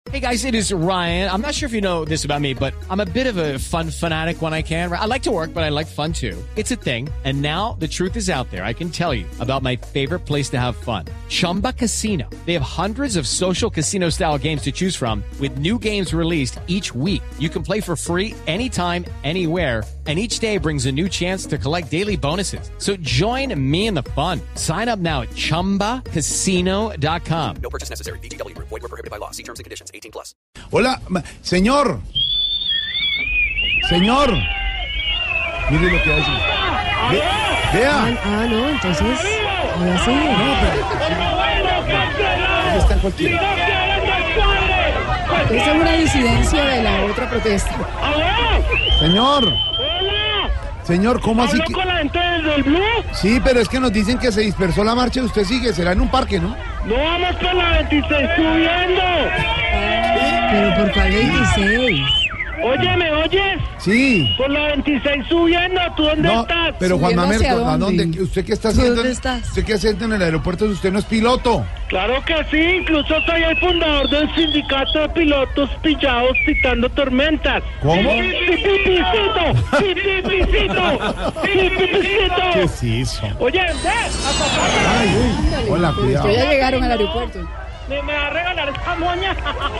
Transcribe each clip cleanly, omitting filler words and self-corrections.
Hey guys, it is Ryan. I'm not sure if you know this about me, but I'm a bit of a fun fanatic when I can. I like to work, but I like fun too. It's a thing. And now the truth is out there. I can tell you about my favorite place to have fun. Chumba Casino. They have hundreds of social casino style games to choose from with new games released each week. You can play for free anytime, anywhere. And each day brings a new chance to collect daily bonuses. So join me in the fun. Sign up now at ChumbaCasino.com. No purchase necessary. VGW. Void where prohibited by law. See terms and conditions. 18+. Hola, señor. Señor. Mire lo que hace. Vea. No, entonces, ahora sí. No, pero... está en cualquiera. Esa es una disidencia de la otra protesta. Señor. Señor, ¿cómo así que...? con la gente del Blue? Sí, pero es que nos dicen que se dispersó la marcha y usted sigue. Será en un parque, ¿no? No, vamos por la 26 subiendo. Pero ¿por cuál 26? Oye, ¿me oyes? Sí. Por la 26 subiendo. ¿Tú dónde estás? Pero Juan ¿Subiendo hacia Mamerto, ¿a dónde? dónde? ¿Usted qué está haciendo? ¿Dónde estás? ¿Usted qué hace en el aeropuerto si usted no es piloto? Claro que sí. Incluso soy el fundador del sindicato de pilotos pillados citando tormentas. ¿Cómo? ¡Pipipicito! ¡Pipipicito! ¡Pipipicito! ¿Qué es eso? Oye, ve. Ay, uy. Hola, cuidado. Ustedes ya llegaron al aeropuerto. ¿Me va a regalar esta moña?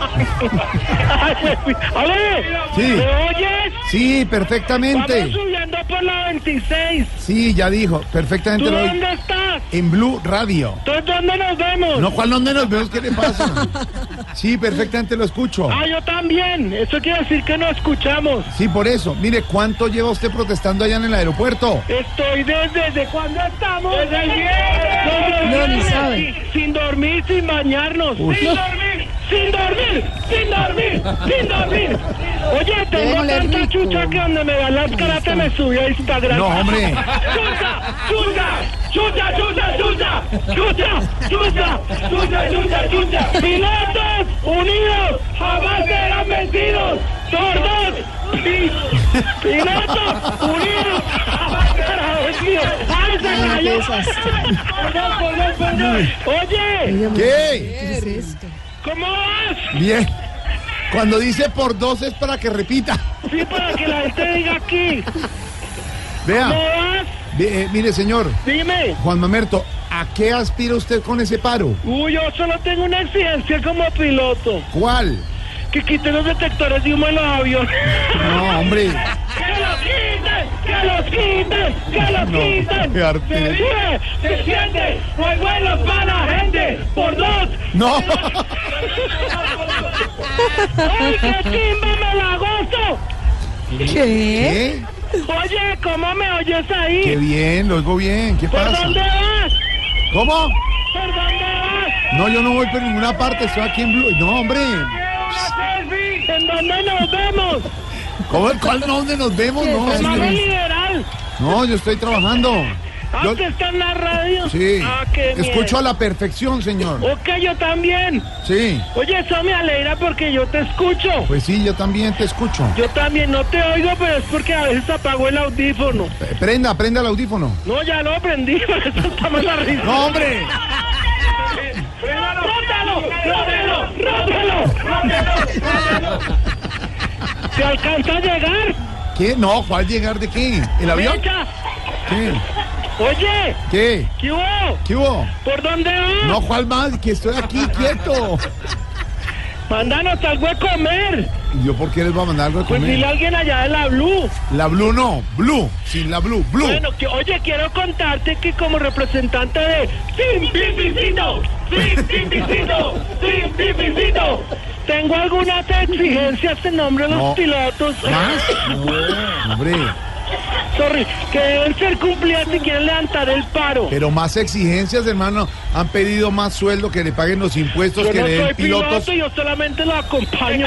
¡Ale! Sí. ¿Me oyes? Sí, perfectamente. Vamos subiendo por la 26. Sí, ya dijo, perfectamente ¿Tú lo oí. dónde estás? En Blue Radio. ¿Entonces dónde nos vemos? No, ¿cuál dónde nos vemos? ¿Qué le pasa? Sí, perfectamente lo escucho. Ah, yo también. Eso quiere decir que nos escuchamos. Sí, por eso. Mire, ¿cuánto lleva usted protestando allá en el aeropuerto? Estoy ¿desde cuándo estamos? Desde el viernes. No, ni sabe. Sin dormir, sin bañarnos. Uy. Sin dormir, sin dormir, sin dormir, sin dormir. Oye, tengo Démosle tanta rico. chucha que donde me da las karate me sube a Instagram. No, hombre. ¡Chucha! ¡Chucha! ¡Chucha, chucha, chucha! ¡Chucha! ¡Chucha! ¡Chucha, chucha, chucha! ¡Pilotos unidos jamás serán vencidos! ¡Sordos! ¡Pilotos unidos jamás serán vencidos! ¡Ay, se Ay, qué cayó! desastre. Perdón. Oye, Oigan, ¿Qué? ¿Qué es esto? ¿cómo vas? Bien. Cuando dice por dos es para que repita. Sí, para que la gente diga aquí. ¿Cómo Vea. vas? Mire, señor. Dime. Juan Mamerto, ¿a qué aspira usted con ese paro? Uy, yo solo tengo una exigencia como piloto. ¿Cuál? Que quiten los detectores de humo en los aviones. No, hombre. ¡Que los quiten! ¡Que los quiten! ¡Que los No, quiten! qué arte. ¡Se vive! ¡Se siente! ¡No hay vuelos para la gente! ¡Por dos! No. ¡Ay, qué chimba, me la gozo! ¿Qué? ¿Qué? Oye, ¿cómo me oyes ahí? Qué bien, lo oigo bien. ¿Qué ¿Por pasa? dónde vas? ¿Cómo? ¿Por dónde vas? No, yo no voy por ninguna parte, estoy aquí en Blue. No, hombre. ¿En dónde nos vemos? ¿Cómo? ¿Cuál? ¿Dónde nos vemos? No, En Mame sí, Liberal. no, yo estoy trabajando. Ah, Yo- que está en la radio. Sí. Ah, qué Escucho a mierda. la perfección, señor. Ok, yo también. Sí. Oye, eso me alegra porque yo te escucho. Pues sí, yo también te escucho. Yo también no te oigo, pero es porque a veces apago el audífono. Prenda el audífono. No, ya lo aprendí, por eso estamos la risa. No, hombre. ¡Rótalo! ¡Rótalo! ¡Rótalo! ¿Se alcanza a llegar? ¿Qué? No, ¿cuál llegar de qué? ¿El avión? Mecha. ¿Qué? Oye, ¿Qué? ¿qué hubo? ¿Qué hubo? ¿Por dónde vas? No, ¿cuál más? Que estoy aquí quieto. Mándanos algo a comer. ¿Y yo por qué les voy a mandar algo de Pues dile a comer? alguien allá de la Blue. La Blue no, Blue, sin la Blue, Blue. Bueno, oye, quiero contarte que como representante de Sin Pipicito, Sin Pipicito, Sin Pipicito, tengo algunas exigencias en nombre de los No. pilotos. ¿Más? No, hombre. Sorry, que deben ser cumplidas si quieren levantar el paro. Pero más exigencias, hermano. Han pedido más sueldo, que le paguen los impuestos, Yo que no le den soy pilotos. piloto, yo solamente lo acompaño.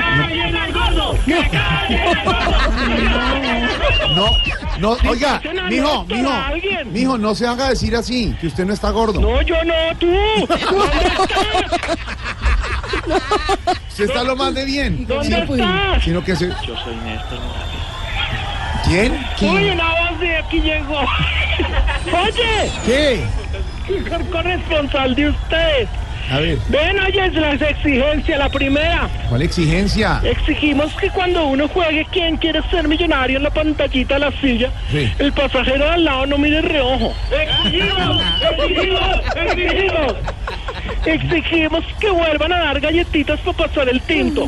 No, oiga, Dicen a mijo, Néstor, a alguien. mijo, no se haga decir así, que usted no está gordo. No, yo no, tú. ¿Dónde estás? Usted está lo más de bien. ¿Dónde pues. estás? Sino que se... Yo soy Néstor. ¿Quién? Uy, una voz de aquí llegó. Oye, ¿Qué? el corresponsal de ustedes. A ver, Ven, oye, las exigencias. La primera, ¿cuál exigencia? exigimos que cuando uno juegue ¿Quién quiere ser millonario? En la pantallita de la silla, Sí. el pasajero de al lado no mire el reojo. Exigimos que vuelvan a dar galletitas para pasar el tinto.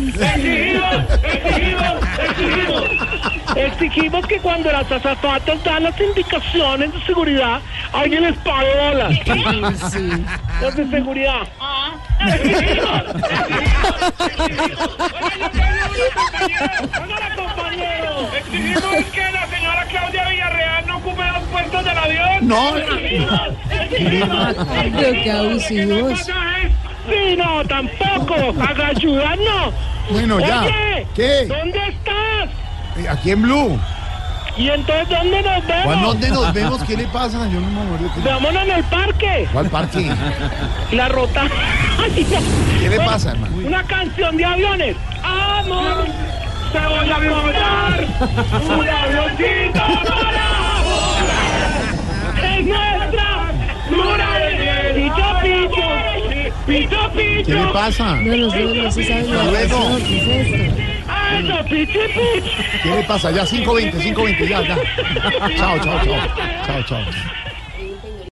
Exigimos que cuando las azafatas dan las indicaciones de seguridad, alguien les pague bolas. Los de seguridad. Hágala, compañero. Exigimos que la señora Claudia Villarreal no ocupe los puestos del avión. No. Pero qué abusivos. Sí, no, tampoco. Haga ayudar, no. Bueno, ya. Oye, ¿Qué? ¿dónde estás? Aquí en Blue. ¿Y entonces dónde nos ¿Cuál, vemos? ¿Dónde nos vemos? ¿Qué le pasa? Yo no me acuerdo. Veámonos en el parque. ¿Cuál parque? La rota. Ay, no. ¿Qué le pasa, hermano? Una canción de aviones. Amor, te voy a comprar un avioncito para volar. Es nuestra luna de miel. Picho, picho. ¿Qué le pasa? No se sabe la Luego. canción. ¿Qué es esto? Eso, pichi, pichi. ¿Qué le pasa? Ya 5:20, ya. Chao. Chao.